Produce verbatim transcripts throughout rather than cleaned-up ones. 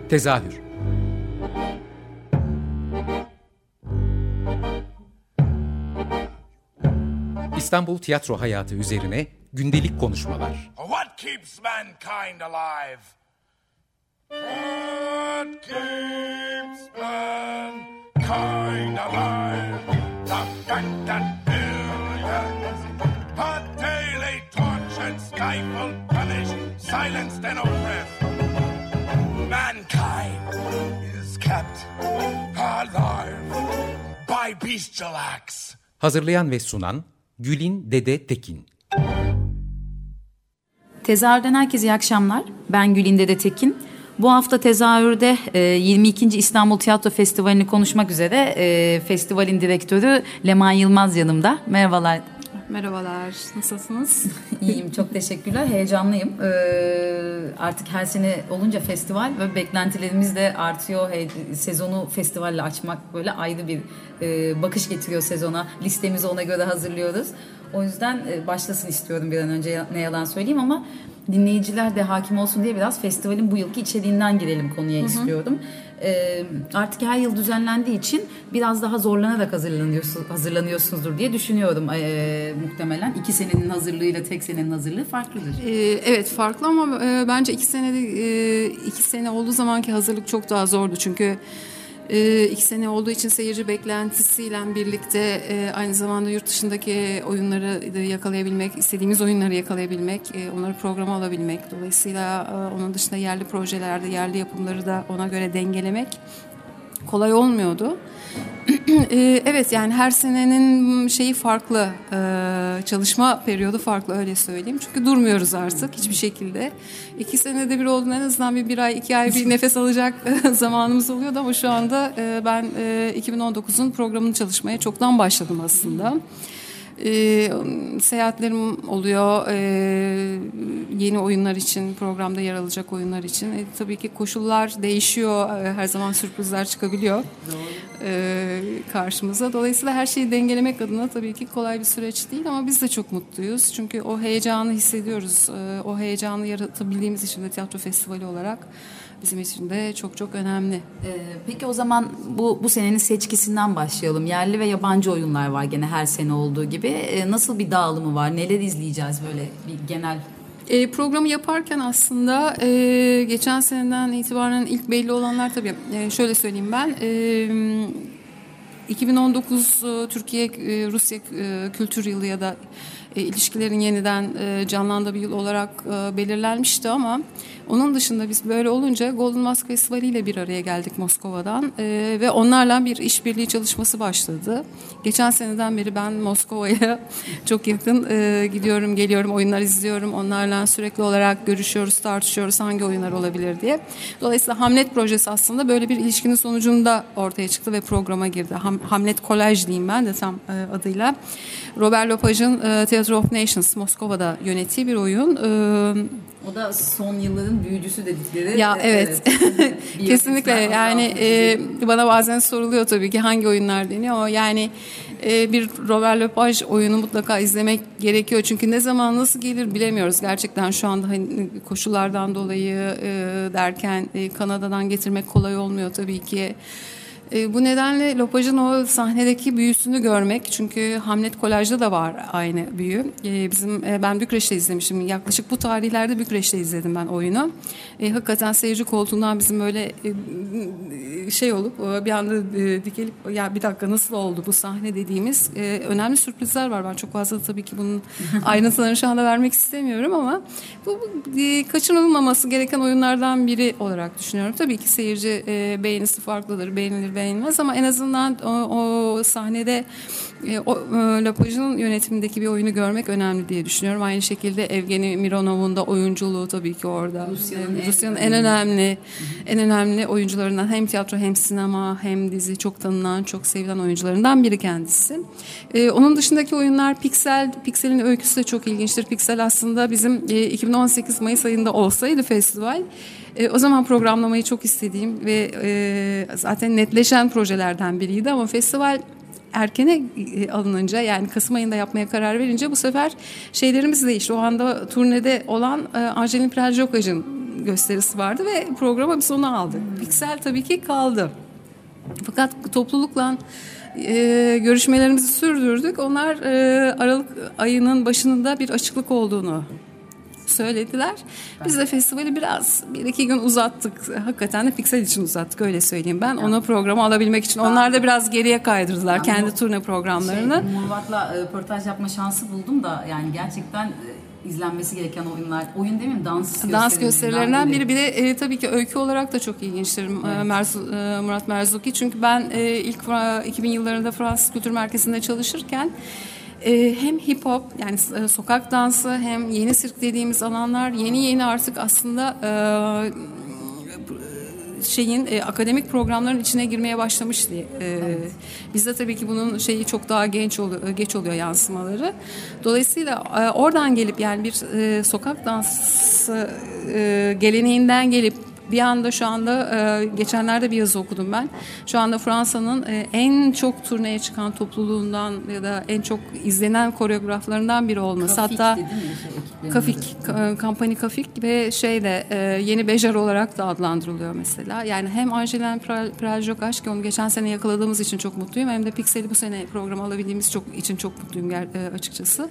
Tezahür. İstanbul tiyatro hayatı üzerine gündelik konuşmalar. What keeps mankind alive? What keeps mankind alive? The fact that billions are daily tortured, stifled, punished, silenced and oppressed. Mankind is kept alive by bestial acts. Hazırlayan ve sunan Gülin Dede Tekin. Tezahürden herkese iyi akşamlar. Ben Gülin Dede Tekin. Bu hafta tezahürde yirmi ikinci İstanbul Tiyatro Festivali'ni konuşmak üzere festivalin direktörü Leman Yılmaz yanımda. Merhabalar. Merhabalar, nasılsınız? İyiyim, çok teşekkürler. Heyecanlıyım. Ee, artık her sene olunca festival ve beklentilerimiz de artıyor. He, sezonu festivalle açmak böyle ayrı bir e, bakış getiriyor sezona. Listemizi ona göre hazırlıyoruz. O yüzden e, başlasın istiyorum bir an önce, ne yalan söyleyeyim, ama dinleyiciler de hakim olsun diye biraz festivalin bu yılki içeriğinden girelim konuya, hı hı, istiyorum. Ee, artık her yıl düzenlendiği için biraz daha zorlanarak hazırlanıyorsunuz, hazırlanıyorsunuzdur diye düşünüyorum. Ee, muhtemelen iki senenin hazırlığıyla tek senenin hazırlığı farklıdır. Ee, evet farklı ama e, bence iki senede e, iki sene olduğu zamanki hazırlık çok daha zordu çünkü e, iki sene olduğu için seyirci beklentisiyle birlikte e, aynı zamanda yurt dışındaki oyunları yakalayabilmek, istediğimiz oyunları yakalayabilmek, e, onları programa alabilmek, dolayısıyla e, onun dışında yerli projelerde yerli yapımları da ona göre dengelemek kolay olmuyordu. Evet, yani her senenin şeyi farklı, çalışma periyodu farklı, öyle söyleyeyim. Çünkü durmuyoruz artık hiçbir şekilde. İki senede bir olduğunda en azından bir, bir ay, iki ay bir nefes alacak zamanımız oluyordu ama şu anda ben iki bin on dokuzun programını çalışmaya çoktan başladım aslında. E, seyahatlerim oluyor, e, yeni oyunlar için, programda yer alacak oyunlar için. E, tabii ki koşullar değişiyor, e, her zaman sürprizler çıkabiliyor e, karşımıza. Dolayısıyla her şeyi dengelemek adına tabii ki kolay bir süreç değil ama biz de çok mutluyuz. Çünkü o heyecanı hissediyoruz, e, o heyecanı yaratabildiğimiz için de tiyatro festivali olarak bizim için de çok çok önemli. Ee, peki o zaman bu bu senenin seçkisinden başlayalım. Yerli ve yabancı oyunlar var gene her sene olduğu gibi. Ee, nasıl bir dağılımı var? Neler izleyeceğiz böyle bir genel? E, programı yaparken aslında e, geçen seneden itibaren ilk belli olanlar tabii. E, şöyle söyleyeyim ben. E, iki bin on dokuz Türkiye-Rusya e, Kültür Yılı ya da e, ilişkilerin yeniden e, canlandığı bir yıl olarak e, belirlenmişti ama onun dışında biz böyle olunca Golden Mask Festivali ile bir araya geldik Moskova'dan e, ve onlarla bir işbirliği çalışması başladı. Geçen seneden beri ben Moskova'ya çok yakın e, gidiyorum, geliyorum, oyunlar izliyorum. Onlarla sürekli olarak görüşüyoruz, tartışıyoruz hangi oyunlar olabilir diye. Dolayısıyla Hamlet projesi aslında böyle bir ilişkinin sonucunda ortaya çıktı ve programa girdi. Ham, Hamlet Kolaj diyeyim ben de tam e, adıyla. Robert Lepaj'ın e, Theatre of Nations Moskova'da yönettiği bir oyun. E, O da son yılların büyücüsü dedikleri. Ya evet, evet. Kesinlikle yani e, bana bazen soruluyor tabii ki hangi oyunlar deniyor ama yani e, bir Robert Lepage oyunu mutlaka izlemek gerekiyor. Çünkü ne zaman nasıl gelir bilemiyoruz. Gerçekten şu anda hani koşullardan dolayı e, derken e, Kanada'dan getirmek kolay olmuyor tabii ki. E, bu nedenle Lepage'ın o sahnedeki büyüsünü görmek, çünkü Hamlet Kolaj'da da var aynı büyü. E, bizim e, ben Bükreş'te izlemiştim. Yaklaşık bu tarihlerde Bükreş'te izledim ben oyunu. E, hakikaten seyirci koltuğundan bizim böyle e, şey olup bir anda e, dikelip ya bir dakika nasıl oldu bu sahne dediğimiz e, önemli sürprizler var. Ben çok fazla tabii ki bunun ayrıntılarını şu anda vermek istemiyorum ama bu, bu e, kaçınılmaması gereken oyunlardan biri olarak düşünüyorum. Tabii ki seyirci e, beğenisi farklıdır, beğenilir beğenilmez ama en azından o, o sahnede e, o e, Lepage'ın yönetimindeki bir oyunu görmek önemli diye düşünüyorum. Aynı şekilde Evgeni Mironov'un da oyunculuğu tabii ki orada. Rusya'nın, e, Rusya'nın en, en önemli hı-hı. en önemli oyuncularından, hem tiyatro hem sinema hem dizi çok tanınan, çok sevilen oyuncularından biri kendisi. E, onun dışındaki oyunlar Pixel, Pixel'in öyküsü de çok ilginçtir. Pixel aslında bizim e, iki bin on sekiz Mayıs ayında olsaydı festival, E, o zaman programlamayı çok istediğim ve e, zaten netleşen projelerden biriydi ama festival erkene e, alınınca, yani Kasım ayında yapmaya karar verince bu sefer şeylerimiz değişti. O anda turnede olan e, Angelin Preljokaç'ın gösterisi vardı ve programa biz onu aldık. Hmm. Pixel tabii ki kaldı. Fakat toplulukla e, görüşmelerimizi sürdürdük. Onlar e, Aralık ayının başında bir açıklık olduğunu söylediler. Biz de festivali biraz bir iki gün uzattık. Hakikaten de Pixel için uzattık, öyle söyleyeyim ben. Onu programa alabilmek için. Onlar da biraz geriye kaydırdılar yani kendi turne programlarını. Şey, Murvat'la e, röportaj yapma şansı buldum da yani gerçekten e, izlenmesi gereken oyunlar. Oyun değil mi? Dans, Dans gösterilerinden biri. Bir de e, tabii ki öykü olarak da çok ilginçtir evet. Merzu, e, Murat Merzuki. Çünkü ben e, ilk iki bin yıllarında Fransız Kültür Merkezi'nde çalışırken e, hem hip hop yani e, sokak dansı hem yeni sirk dediğimiz alanlar yeni yeni artık aslında e, şeyin e, akademik programların içine girmeye başlamış diye. E, evet. Bizde tabii ki bunun şeyi çok daha genç oluyor, geç oluyor yansımaları. Dolayısıyla e, oradan gelip yani bir e, sokak dansı e, geleneğinden gelip bir anda şu anda e, geçenlerde bir yazı okudum ben. Şu anda Fransa'nın e, en çok turneye çıkan topluluğundan ya da en çok izlenen koreograflarından biri olması. Kafik, hatta şey, Kafik, kampanya Kafik ve şeyde e, yeni Bejar olarak da adlandırılıyor mesela. Yani hem Angeline Praljok ki onu geçen sene yakaladığımız için çok mutluyum. Hem de Pixel'i bu sene programa alabildiğimiz çok için çok mutluyum e, açıkçası.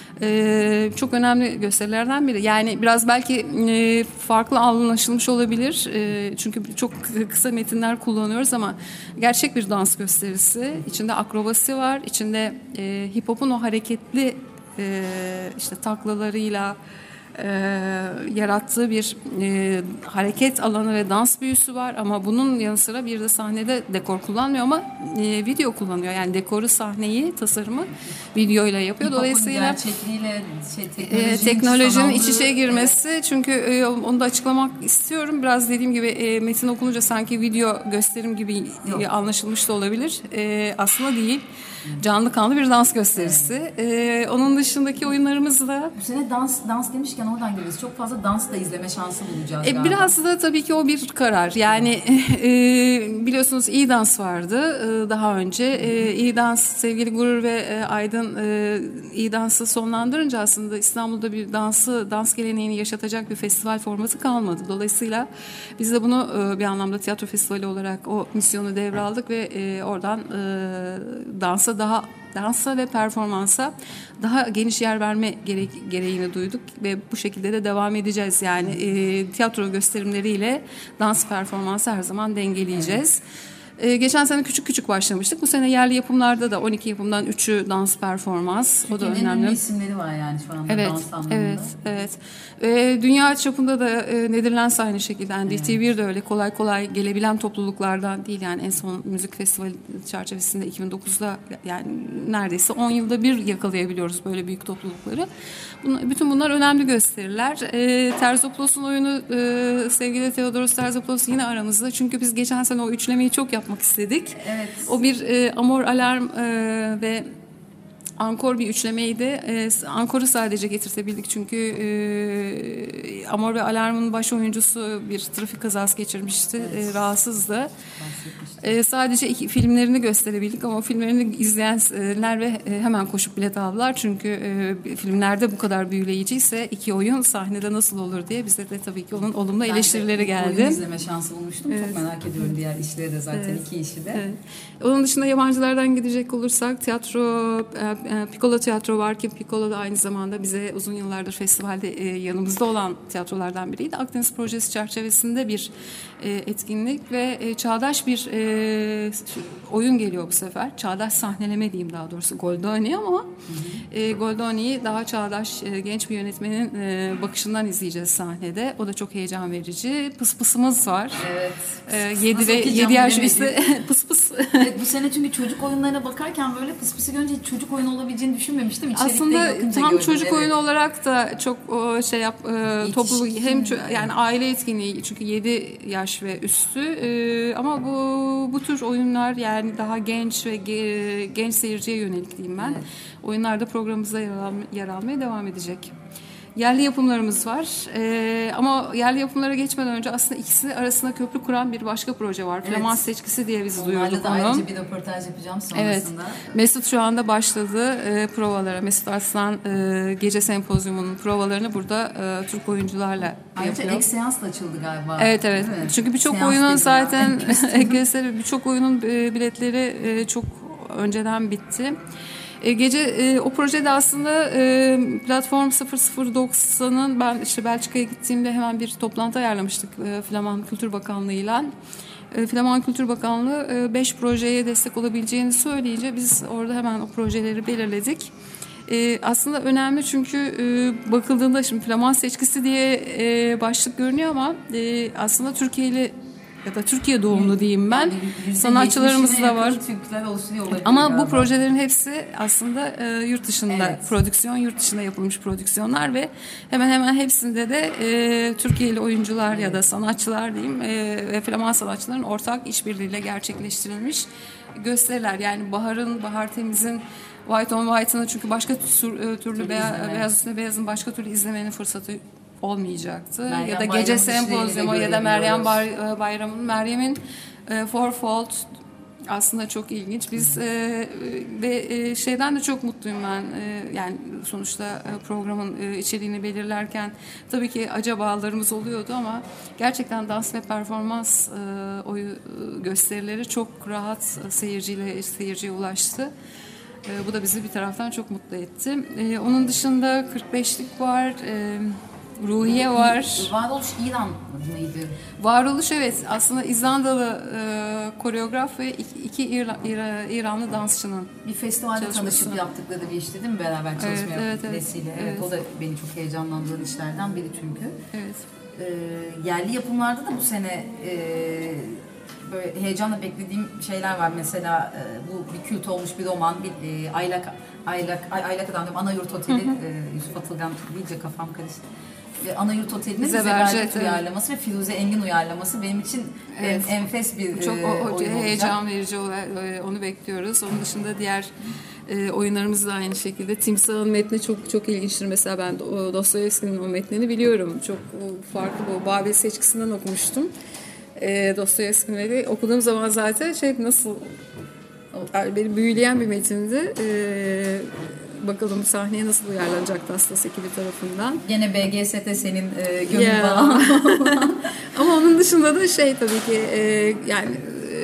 E, çok önemli gösterilerden biri. Yani biraz belki e, farklı anlaşılmış olabilir. E, çünkü çok kısa metinler kullanıyoruz ama gerçek bir dans gösterisi. İçinde akrobasi var. İçinde e, hip hop'un o hareketli e, işte taklalarıyla e, yarattığı bir e, hareket alanı ve dans büyüsü var ama bunun yanı sıra bir de sahnede dekor kullanmıyor ama e, video kullanıyor. Yani dekoru, sahneyi, tasarımı videoyla yapıyor. Dolayısıyla gerçekliğiyle şey, teknolojinin, e, teknolojinin iç içe girmesi evet. Çünkü e, onu da açıklamak istiyorum. Biraz dediğim gibi e, metin okununca sanki video gösterim gibi e, anlaşılmış da olabilir. E, aslında değil. Canlı kanlı bir dans gösterisi. Evet. E, onun dışındaki oyunlarımız da bu sene dans dans demişken oradan geliyoruz. Çok fazla dans da izleme şansı bulacağız. E, biraz da tabii ki o bir karar. Yani e, biliyorsunuz iyi dans vardı e, daha önce. E, iyi dans sevgili Gurur ve e, Aydın e, iyi dansı sonlandırınca aslında İstanbul'da bir dansı dans geleneğini yaşatacak bir festival formatı kalmadı. Dolayısıyla biz de bunu e, bir anlamda tiyatro festivali olarak o misyonu devraldık ve e, oradan e, dansa daha dansa ve performansa daha geniş yer verme gerek, gereğini duyduk ve bu şekilde de devam edeceğiz. Yani e, tiyatro gösterimleriyle dans performansı her zaman dengeleyeceğiz. Evet. Ee, geçen sene küçük küçük başlamıştık. Bu sene yerli yapımlarda da on iki yapımdan üçü dans performans. Türkiye'nin o da önemli. isimleri var yani şu anda evet, dans anlamında. Evet, evet. Ee, dünya çapında da e, Netherlands aynı şekilde. Yani evet. D T bir de öyle kolay kolay gelebilen topluluklardan değil. Yani en son müzik festivali çerçevesinde iki bin dokuzda yani neredeyse on yılda bir yakalayabiliyoruz böyle büyük toplulukları. Bunlar, bütün bunlar önemli gösteriler. Ee, Terzoplos'un oyunu e, sevgili Theodoros Terzopoulos yine aramızda. Çünkü biz geçen sene o üçlemeyi çok yapmak istedik. Evet. O bir e, Amor, Alarm e, ve Ankor bir üçlemeydi. E, Ankor'u sadece getirtebildik çünkü e, Amor ve Alarm'ın baş oyuncusu bir trafik kazası geçirmişti. Evet. E, rahatsızdı. E, sadece iki, filmlerini gösterebildik ama filmlerini izleyenler ve e, hemen koşup bilet aldılar. Çünkü e, filmlerde bu kadar büyüleyiciyse iki oyun sahnede nasıl olur diye bize de tabii ki onun olumlu ben eleştirileri geldi. Oyun izleme şansı bulmuştum. Evet. Çok merak ediyorum diğer işleri de zaten evet. iki işi de. Evet. Onun dışında yabancılardan gidecek olursak tiyatro e, Piccolo Tiyatro var ki Piccolo da aynı zamanda bize uzun yıllardır festivalde e, yanımızda olan tiyatrolardan biriydi. Akdeniz Projesi çerçevesinde bir e, etkinlik ve e, çağdaş bir e, oyun geliyor bu sefer. Çağdaş sahneleme diyeyim daha doğrusu. Goldoni ama e, Goldoni'yi daha çağdaş e, genç bir yönetmenin e, bakışından izleyeceğiz sahnede. O da çok heyecan verici. Pıs pısımız var. Evet. E, yedi ve yedi yaş üstü pıs pıs. Evet, bu sene çünkü çocuk oyunlarına bakarken böyle pıs pısı görünce çocuk oyunu olabileceğini düşünmemiştim. İçerikte aslında tam gördüm, çocuk evet. oyunu olarak da çok o, şey yap e, topluluk hem ço- yani aile etkinliği çünkü yedi yaş ve üstü e, ama bu bu tür oyunlar yani daha genç ve ge, genç seyirciye yönelik diyeyim ben. Evet. Oyunlarda programımızda yer, al, yer almaya devam edecek. Yerli yapımlarımız var. Ee, ama yerli yapımlara geçmeden önce aslında ikisi arasında köprü kuran bir başka proje var. Evet. Flamand Seçkisi diye biz duyurduk onu. Onlarla da ayrıca bir röportaj yapacağım sonrasında. Evet. Mesut şu anda başladı e, provalara. Mesut Arslan e, Gece Sempozyumu'nun provalarını burada e, Türk oyuncularla ayrıca yapıyor. Ayrıca ek seans da açıldı galiba. Evet evet. Çünkü birçok oyunun zaten birçok oyunun biletleri e, çok önceden bitti. E, gece e, o projede aslında e, platform sıfır sıfır doksanın ben işte Belçika'ya gittiğimde hemen bir toplantı ayarlamıştık e, Flaman Kültür Bakanlığı'yla. E, Flaman Kültür Bakanlığı beş e, projeye destek olabileceğini söyleyince biz orada hemen o projeleri belirledik. E, aslında önemli çünkü e, bakıldığında şimdi Flaman Seçkisi diye e, başlık görünüyor ama e, aslında Türkiye'li ya da Türkiye doğumlu diyeyim ben. Yani sanatçılarımız da var. Ama bu projelerin hepsi aslında e, yurt dışında evet. prodüksiyon, yurt dışında yapılmış prodüksiyonlar ve hemen hemen hepsinde de e, Türkiye'li oyuncular evet. ya da sanatçılar diyeyim e, ve Flaman sanatçıların ortak işbirliğiyle gerçekleştirilmiş gösteriler. Yani Bahar'ın, Bahar Temiz'in White on White'ını çünkü başka tür, türlü beyaz, beyaz üstüne beyazın başka türlü izlemenin fırsatı olmayacaktı. Meryem ya da Gece Sempozyumu ya da Meryem Bayram'ın Meryem'in e, Fourfold aslında çok ilginç. Biz e, ve e, şeyden de çok mutluyum ben. E, yani sonuçta e, programın e, içeriğini belirlerken tabii ki acabalarımız oluyordu ama gerçekten dans ve performans e, o e, gösterileri çok rahat seyirciyle seyirciye ulaştı. E, bu da bizi bir taraftan çok mutlu etti. E, onun dışında kırk beşlik var. E, Ruhiye var. Varoluş İran mıydı? Varoluş evet. Aslında İzlandalı e, koreograf ve iki, iki İra, İra, İranlı dansçının bir festivalde tanışıp yaptıkları bir işti değil mi? Beraber çalışma evet, yaptık evet, vesile. Evet. Evet. O da beni çok heyecanlandıran işlerden biri çünkü. Evet. E, yerli yapımlarda da bu sene e, böyle heyecanla beklediğim şeyler var. Mesela e, bu bir kült olmuş bir roman. Bir, e, Aylak Aylak Aylak Adam diyorum. Anayurt Oteli. E, Yusuf Atılgan iyice kafam karıştı. Anayurt Oteli'nin Zebercet uyarlaması ve Firuze Engin uyarlaması benim için evet. en, enfes bir çok e, o, o, oyun heyecan olacak. verici onu bekliyoruz. Onun dışında diğer e, oyunlarımız da aynı şekilde. Timsah'ın metni çok çok ilginçtir. Mesela ben o Dostoyevski'nin o metnini biliyorum. Çok o, farklı bu Babil Seçkisi'nden okumuştum. E, Dostoyevski'ni okuduğum zaman zaten şey nasıl beni büyüleyen bir metindi. E, Bakalım sahneye nasıl uyarlanacaktı Astas ekibi tarafından. Gene B G S T senin e, gönül bağı. Ama onun dışında da şey tabii ki e, yani e,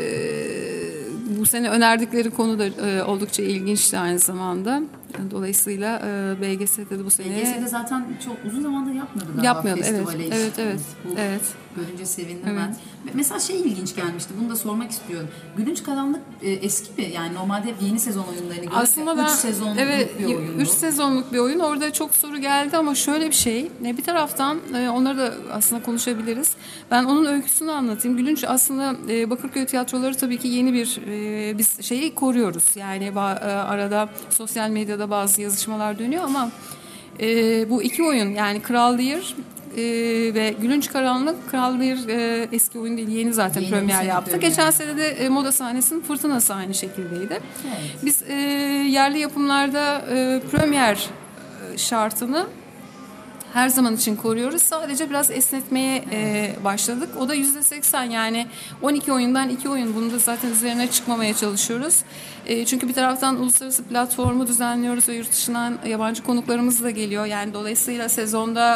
bu sene önerdikleri konu da e, oldukça ilginçti aynı zamanda. Dolayısıyla e, B G S T'de bu sene... B G S T zaten çok uzun zamandır yapmadı galiba. Yapmıyordu, evet. Evet, evet. Bu evet. Görünce sevindim evet. ben. Mesela şey ilginç gelmişti, bunu da sormak istiyorum. Gülünç Karanlık e, eski mi? Yani normalde hep yeni sezon oyunlarını görüyoruz. Aslında ben... üç sezonluk evet, bir oyundu. üç sezonluk bir oyun. Orada çok soru geldi ama şöyle bir şey. Bir taraftan e, onları da aslında konuşabiliriz. Ben onun öyküsünü anlatayım. Gülünç aslında e, Bakırköy tiyatroları tabii ki yeni bir e, biz şeyi koruyoruz. Yani ba- e, arada sosyal medyada bazı yazışmalar dönüyor ama e, bu iki oyun yani Kral Lear e, ve Gülünç Karanlık. Kral Lear e, eski oyun değil, yeni zaten yeni premier yaptı. Premier. Geçen sene de e, Moda Sahnesinin Fırtınası aynı şekildeydi. Evet. Biz e, yerli yapımlarda e, premier e, şartını her zaman için koruyoruz. Sadece biraz esnetmeye e, başladık. O da yüzde seksen yani on iki oyundan iki oyun. Bunu da zaten üzerine çıkmamaya çalışıyoruz. E, çünkü bir taraftan uluslararası platformu düzenliyoruz ve yurt dışından yabancı konuklarımız da geliyor. Yani dolayısıyla sezonda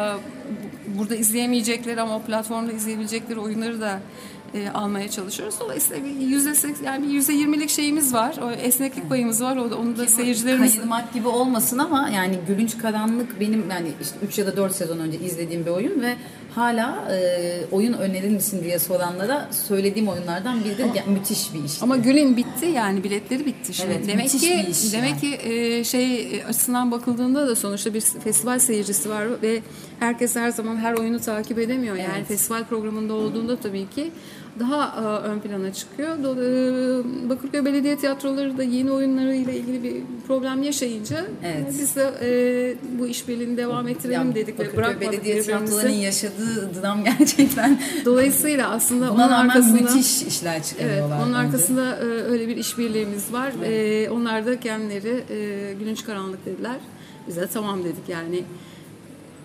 e, burada izleyemeyecekleri ama o platformda izleyebilecekleri oyunları da E, almaya çalışıyoruz. Dolayısıyla yüzde seksen yani yüzde yirmilik şeyimiz var. O esneklik payımız var. O da onu da seyircilerimiz kayırmak gibi olmasın ama yani Gülünç Karanlık benim yani işte üç ya da dört sezon önce izlediğim bir oyun ve hala e, oyun önerir misin diye soranlara söylediğim oyunlardan biri de ama, müthiş bir iş. Ama Gül'ün bitti yani biletleri bitti şimdi. Evet, demek müthiş ki bir iş demek yani. ki e, şey açısından bakıldığında da sonuçta bir festival seyircisi var ve herkes her zaman her oyunu takip edemiyor. Yani evet. Festival programında olduğunda tabii ki daha e, ön plana çıkıyor. E, Bakırköy Belediye Tiyatroları da yeni oyunlarıyla ilgili bir problem yaşayınca evet. e, biz de e, bu işbirliğini devam ettirelim ya, dedik. Bakırköy ve Belediye Tiyatroları'nın yaşadığı dram gerçekten. Dolayısıyla aslında buna onun arkasında müthiş işler çıkarıyorlar. Evet, onun bence. Arkasında e, öyle bir işbirliğimiz var. Evet. E, onlar da kendileri e, Gülünç Karanlık dediler. Biz de tamam dedik yani.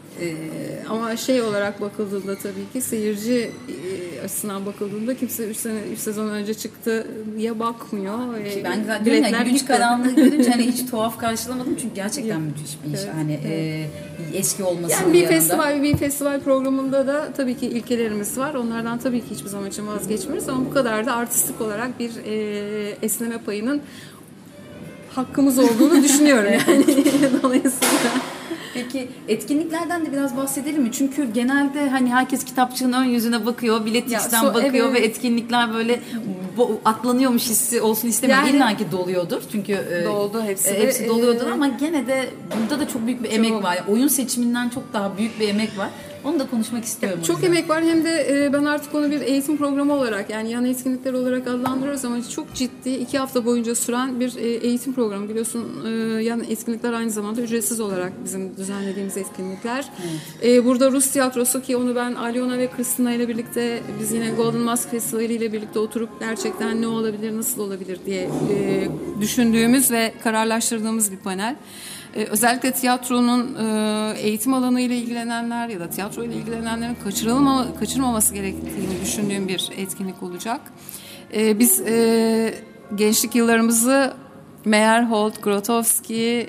Ee, ama şey olarak bakıldığında tabii ki seyirci e, açısından bakıldığında kimse üç sene üç sezon önce çıktıya bakmıyor. Ki ben zaten yani güç karanlığı görünce hani hiç tuhaf karşılamadım çünkü gerçekten müthiş bir iş. Evet, hani evet. E, eski olması yani bir yanında. festival bir festival programında da tabii ki ilkelerimiz var. Onlardan tabii ki hiçbir zaman için vazgeçmiyoruz ama bu kadar da artistik olarak bir e, esneme payının hakkımız olduğunu düşünüyorum yani. Dolayısıyla. Peki etkinliklerden de biraz bahsedelim mi? Çünkü genelde hani herkes kitapçığın ön yüzüne bakıyor, bilet X'ten so, bakıyor evet. Ve etkinlikler böyle bo- atlanıyormuş hissi olsun istemiyor. Yani, İlla ki doluyordur. Çünkü doldu hepsi. E, hepsi doluyordur e, ama gene de burada da çok büyük bir çok, emek var. Oyun seçiminden çok daha büyük bir emek var. Onu da konuşmak istiyorum. Çok emek var hem de e, ben artık onu bir eğitim programı olarak yani yan etkinlikler olarak adlandırıyoruz ama çok ciddi iki hafta boyunca süren bir e, eğitim programı. Biliyorsun e, yan etkinlikler aynı zamanda ücretsiz olarak bizim düzenlediğimiz etkinlikler. Evet. E, burada Rus tiyatrosu ki onu ben Alyona ve Kristina ile birlikte biz yine Golden Mask Festivali ile birlikte oturup gerçekten ne olabilir, nasıl olabilir diye e, düşündüğümüz ve kararlaştırdığımız bir panel. Ee, özellikle tiyatronun e, eğitim alanı ile ilgilenenler ya da tiyatro ile ilgilenenlerin kaçırılma, kaçırmaması gerektiğini düşündüğüm bir etkinlik olacak. Ee, biz e, gençlik yıllarımızı Meyerhold, Grotowski,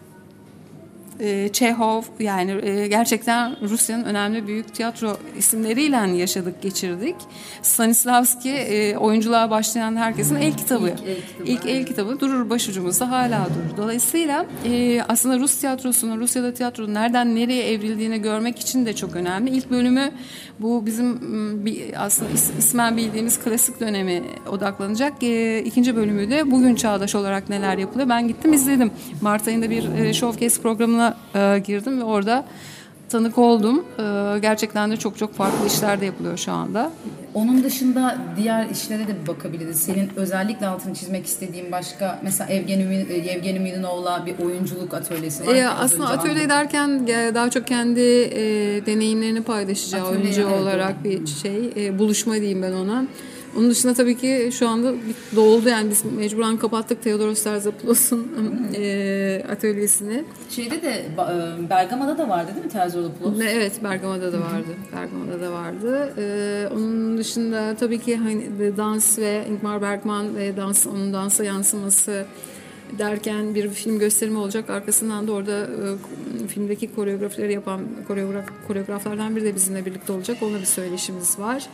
e, Çehov yani e, gerçekten Rusya'nın önemli büyük tiyatro isimleriyle yaşadık, geçirdik. Stanislavski e, oyunculuğa başlayan herkesin el kitabı. İlk el kitabı, İlk el kitabı durur başucumuzda hala durur. Dolayısıyla e, aslında Rus tiyatrosunun, Rusya'da tiyatronun nereden nereye evrildiğini görmek için de çok önemli. İlk bölümü bu bizim bir, aslında is, ismen bildiğimiz klasik dönemi odaklanacak. E, ikinci bölümü de bugün çağdaş olarak neler yapılıyor. Ben gittim izledim. Mart ayında bir e, showcase programına e, girdim ve orada tanık oldum. E, gerçekten de çok çok farklı işler de yapılıyor şu anda. Onun dışında diğer işlere de bir bakabiliriz. Senin özellikle altını çizmek istediğin başka mesela Evgeni Evgeni Mirinov'la bir oyunculuk atölyesi var. E, aslında atölye anladım. derken daha çok kendi e, deneyimlerini paylaşacağı atölye, oyuncu evet, olarak evet. bir şey e, buluşma diyeyim ben ona. Onun dışında tabii ki şu anda doldu yani biz mecburen kapattık Theodoros Terzopoulos'un e, atölyesini. Şeyde de Bergama'da da vardı değil mi Terzopoulos? Evet, Bergama'da da vardı. Bergama'da da vardı. Ee, onun dışında tabii ki hani dans ve Ingmar Bergman ve dans onun dansa yansıması derken bir film gösterimi olacak. Arkasından da orada e, filmdeki koreografileri yapan koreograf koreograflardan biri de bizimle birlikte olacak. Onunla bir söyleşimiz var.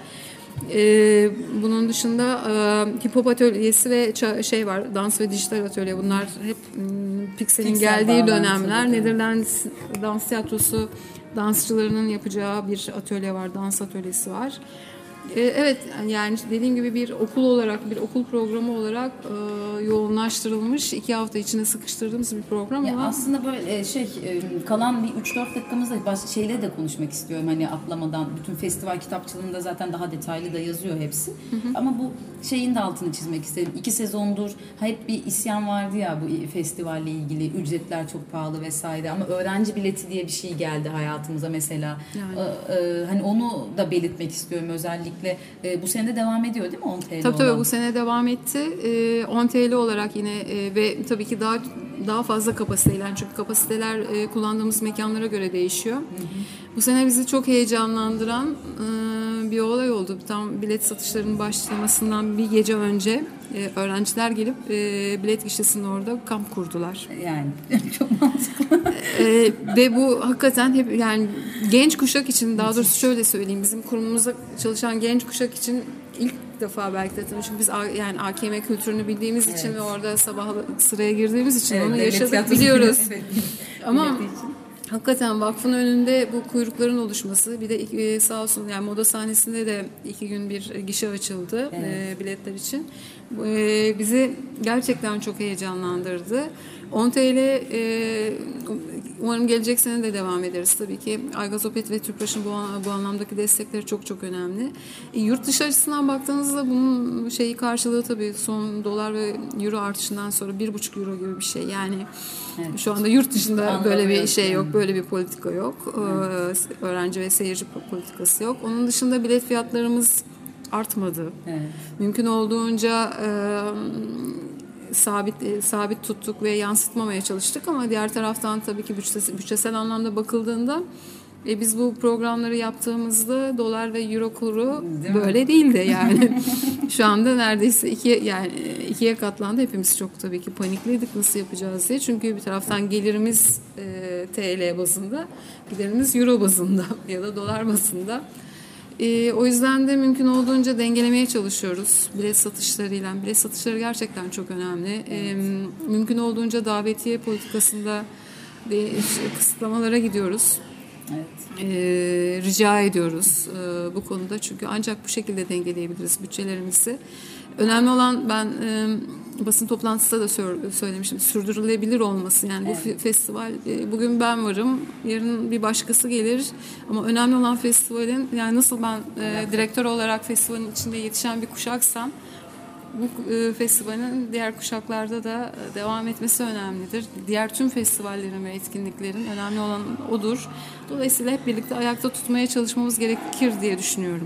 Ee, bunun dışında e, hip hop atölyesi ve ça- şey var dans ve dijital atölye bunlar hep m, Pixel'in Pixel geldiği dönemler tabii. Netherlands dans tiyatrosu dansçılarının yapacağı bir atölye var, dans atölyesi var. Ee, evet yani dediğim gibi bir okul olarak bir okul programı olarak e, yoğunlaştırılmış iki hafta içine sıkıştırdığımız bir program ya ama aslında böyle şey kalan bir üç dört dakikamızda başka şeyleri de konuşmak istiyorum hani atlamadan bütün festival kitapçılığında zaten daha detaylı da yazıyor hepsi hı hı. Ama bu şeyin de altını çizmek istedim iki sezondur hep bir isyan vardı ya bu festivalle ilgili ücretler çok pahalı vesaire ama öğrenci bileti diye bir şey geldi hayatımıza mesela yani. ee, e, hani onu da belirtmek istiyorum özellikle. E, bu sene de devam ediyor değil mi on T L tabii olan? Tabii bu sene devam etti. E, on T L olarak yine e, ve tabii ki daha daha fazla kapasiteyle çünkü kapasiteler e, kullandığımız mekanlara göre değişiyor. Hı hı. Bu sene bizi çok heyecanlandıran e, bir olay oldu. Tam bilet satışlarının başlamasından bir gece önce e, öğrenciler gelip e, bilet gişesinin orada kamp kurdular. Yani çok mantıklı. e, ve bu hakikaten hep yani genç kuşak için daha doğrusu şöyle söyleyeyim bizim kurumumuzda çalışan genç kuşak için ilk defa belki de çünkü biz yani A K M kültürünü bildiğimiz evet. için ve orada sabah sıraya girdiğimiz için evet, onu yaşadık biliyoruz. Evet. Ama hakikaten vakfın önünde bu kuyrukların oluşması bir de sağ olsun yani moda sahnesinde de iki gün bir gişe açıldı evet. e, biletler için. E, bizi gerçekten çok heyecanlandırdı. on T L e, umarım gelecek sene de devam ederiz tabii ki. Aygazopet ve Tüpraş'ın bu, bu anlamdaki destekleri çok çok önemli. E, yurt dışı açısından baktığınızda bunun şeyi karşılığı tabii son dolar ve euro artışından sonra bir buçuk euro gibi bir şey. Yani evet. Şu anda yurt dışında böyle bir şey yok, böyle bir politika yok. Evet. Ee, öğrenci ve seyirci politikası yok. Onun dışında bilet fiyatlarımız artmadı. Evet. Mümkün olduğunca e, sabit sabit tuttuk ve yansıtmamaya çalıştık ama diğer taraftan tabii ki bütçesel, bütçesel anlamda bakıldığında E biz bu programları yaptığımızda dolar ve euro kuru Değil böyle mi? değildi yani. Şu anda neredeyse ikiye yani ikiye katlandı. Hepimiz çok tabii ki panikliydik nasıl yapacağız diye. Çünkü bir taraftan gelirimiz e, T L bazında, giderimiz euro bazında ya da dolar bazında. E, o yüzden de mümkün olduğunca dengelemeye çalışıyoruz. Bilet satışlarıyla. Bilet satışları gerçekten çok önemli. Evet. E, mümkün olduğunca davetiye politikasında bir kısıtlamalara gidiyoruz. Evet. Ee, rica ediyoruz e, bu konuda çünkü ancak bu şekilde dengeleyebiliriz bütçelerimizi. Önemli olan ben e, basın toplantısında da sor, söylemiştim sürdürülebilir olması yani evet. Bu f- festival e, bugün ben varım yarın bir başkası gelir ama önemli olan festivalin yani nasıl ben e, direktör olarak festivalin içinde yetişen bir kuşaksam bu e, festivalin diğer kuşaklarda da devam etmesi önemlidir. Diğer tüm festivallerin ve etkinliklerin önemli olan odur. Dolayısıyla hep birlikte ayakta tutmaya çalışmamız gerekir diye düşünüyorum.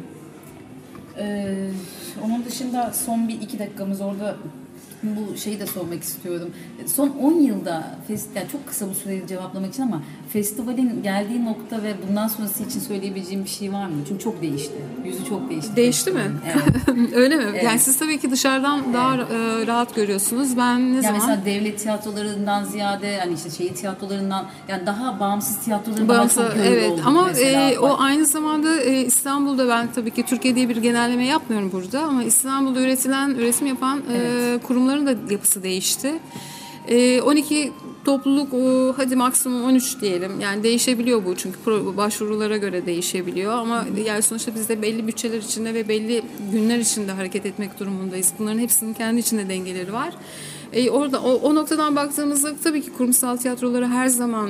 Ee, onun dışında son bir iki dakikamız orada bu şeyi de sormak istiyorum. Son on yılda yani çok kısa bu süreyi cevaplamak için ama festivalin geldiği nokta ve bundan sonrası için söyleyebileceğim bir şey var mı? Çünkü çok değişti. Yüzü çok değişti. Değişti mi? Evet. Öyle mi? Evet. Yani siz tabii ki dışarıdan evet. daha e, rahat görüyorsunuz. Ben ne yani zaman? Mesela devlet tiyatrolarından ziyade hani işte şehir tiyatrolarından yani daha bağımsız tiyatroların bağımsız, daha çok yoğun evet. oldu. Ama e, o aynı zamanda e, İstanbul'da ben tabii ki Türkiye diye bir genelleme yapmıyorum burada ama İstanbul'da üretilen, üretim yapan evet. e, kurumların da yapısı değişti. E, on iki topluluk hadi maksimum on üç diyelim. Yani değişebiliyor bu çünkü başvurulara göre değişebiliyor ama yani sonuçta biz de belli bütçeler içinde ve belli günler içinde hareket etmek durumundayız. Bunların hepsinin kendi içinde dengeleri var. E, orada o, o noktadan baktığımızda tabii ki kurumsal tiyatroları her zaman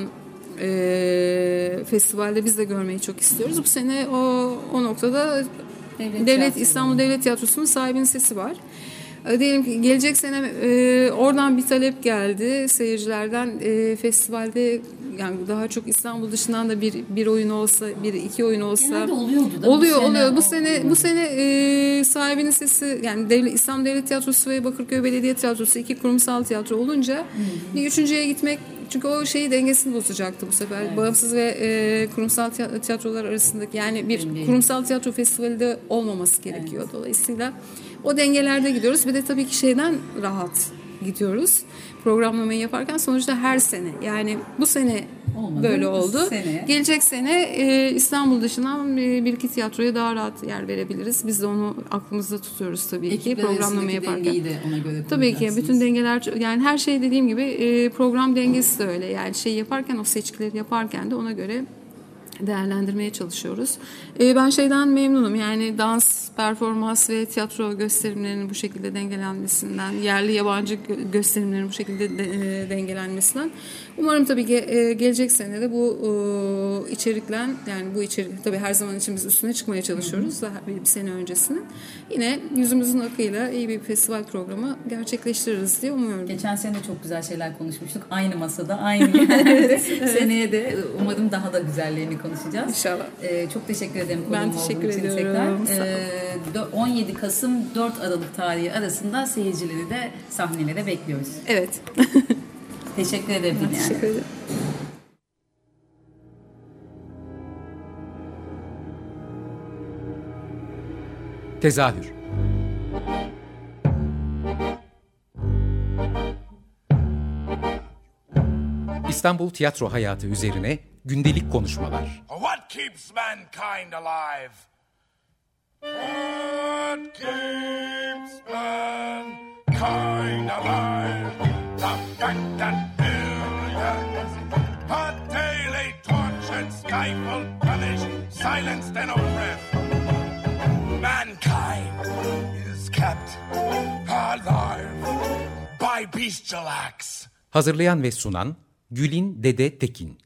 e, festivalde biz de görmeyi çok istiyoruz. Bu sene o o noktada Devlet, Devlet İstanbul Devlet Tiyatrosu'nun sahibinin sesi var. Diyelim ki gelecek sene e, oradan bir talep geldi seyircilerden e, festivalde yani daha çok İstanbul dışından da bir bir oyun olsa bir iki oyun olsa genelde oluyordu da oluyor bu oluyor sene, bu sene bu sene e, sahibinin sesi yani Devlet, İstanbul Devlet Tiyatrosu ve Bakırköy Belediye Tiyatrosu iki kurumsal tiyatro olunca Hı-hı. bir üçüncüye gitmek çünkü o şeyi dengesini bozacaktı bu sefer. Evet. Bağımsız ve e, kurumsal tiyatrolar arasındaki yani bir Bilmiyorum. kurumsal tiyatro festivali de olmaması gerekiyor. Evet. Dolayısıyla o dengelerde gidiyoruz. Bir de tabii ki şeyden rahat gidiyoruz. Programlamayı yaparken sonuçta her sene yani bu sene Olmadı. böyle oldu. Sene. Gelecek sene e, İstanbul dışından bir, bir iki tiyatroya daha rahat yer verebiliriz. Biz de onu aklımızda tutuyoruz tabii Ekipler ki programlama yaparken. De ona göre tabii ki bütün dengeler yani her şey dediğim gibi e, program dengesi de öyle. Yani şey yaparken o seçkileri yaparken de ona göre değerlendirmeye çalışıyoruz. Ee, ben şeyden memnunum. Yani dans, performans ve tiyatro gösterimlerinin bu şekilde dengelenmesinden, yerli yabancı gösterimlerin bu şekilde de, e, dengelenmesinden. Umarım tabii ki e, gelecek sene de bu e, içerikle yani bu içerik tabii her zaman için biz üstüne çıkmaya çalışıyoruz. Daha bir, bir sene öncesine. Yine yüzümüzün akıyla iyi bir festival programı gerçekleştiririz diye umuyorum. Geçen sene çok güzel şeyler konuşmuştuk. Aynı masada, aynı yerde. evet. Seneye de umarım daha da güzellerini konuşacağız. İnşallah. Ee, çok teşekkür ederim. Ben teşekkür ediyorum. Ee, on yedi Kasım dört Aralık tarihi arasında seyircileri de sahnelere bekliyoruz. Evet. Teşekkür ederim. Ben teşekkür ederim. Tezahür. İstanbul tiyatro hayatı üzerine gündelik konuşmalar. What keeps mankind alive? What keeps mankind alive? The fact that billions are daily tortured, stifled, punished, silenced and oppressed. Mankind is kept alive by bestial acts. Hazırlayan ve sunan Gülin Dede Tekin.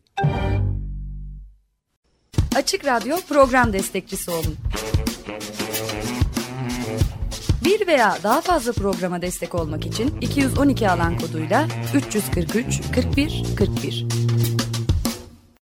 Açık Radyo program destekçisi olun. Bir veya daha fazla programa destek olmak için iki yüz on iki alan koduyla üç yüz kırk üç kırk bir kırk bir.